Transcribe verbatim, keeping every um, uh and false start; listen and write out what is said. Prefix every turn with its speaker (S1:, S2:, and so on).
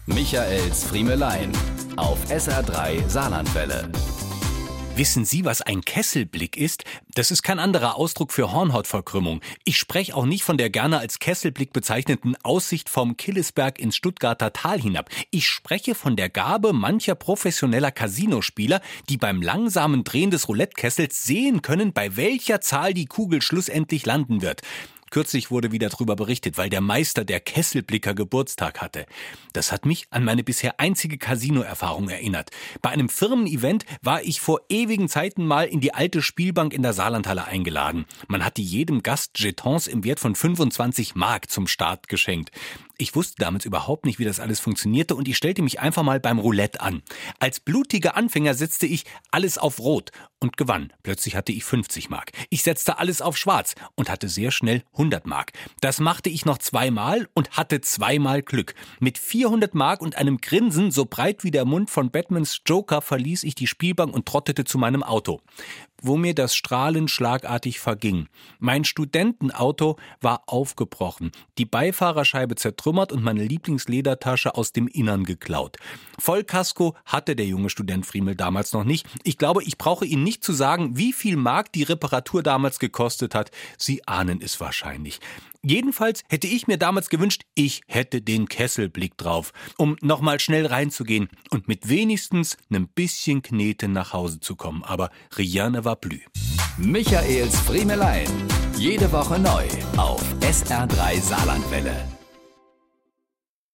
S1: Michaels Friemelein auf S R drei Saarlandwelle.
S2: Wissen Sie, was ein Kesselblick ist? Das ist kein anderer Ausdruck für Hornhautverkrümmung. Ich spreche auch nicht von der gerne als Kesselblick bezeichneten Aussicht vom Killesberg ins Stuttgarter Tal hinab. Ich spreche von der Gabe mancher professioneller Casinospieler, die beim langsamen Drehen des Roulettekessels sehen können, bei welcher Zahl die Kugel schlussendlich landen wird. Kürzlich wurde wieder darüber berichtet, weil der Meister der Kesselblicker Geburtstag hatte. Das hat mich an meine bisher einzige Casino-Erfahrung erinnert. Bei einem Firmen-Event war ich vor ewigen Zeiten mal in die alte Spielbank in der Saarlandhalle eingeladen. Man hatte jedem Gast Jetons im Wert von fünfundzwanzig Mark zum Start geschenkt. Ich wusste damals überhaupt nicht, wie das alles funktionierte, und ich stellte mich einfach mal beim Roulette an. Als blutiger Anfänger setzte ich alles auf Rot und gewann. Plötzlich hatte ich fünfzig Mark. Ich setzte alles auf Schwarz und hatte sehr schnell hundert Mark. Das machte ich noch zweimal und hatte zweimal Glück. Mit vierhundert Mark und einem Grinsen so breit wie der Mund von Batmans Joker verließ ich die Spielbank und trottete zu meinem Auto, wo mir das Strahlen schlagartig verging. Mein Studentenauto war aufgebrochen, die Beifahrerscheibe zertrümmert und meine Lieblingsledertasche aus dem Innern geklaut. Vollkasko hatte der junge Student Friemel damals noch nicht. Ich glaube, ich brauche Ihnen nicht zu sagen, wie viel Mark die Reparatur damals gekostet hat. Sie ahnen es wahrscheinlich. Jedenfalls hätte ich mir damals gewünscht, ich hätte den Kesselblick drauf, um nochmal schnell reinzugehen und mit wenigstens einem bisschen Knete nach Hause zu kommen. Aber rien ne va plus.
S1: Michaels Friemelein. Jede Woche neu auf S R drei Saarlandwelle.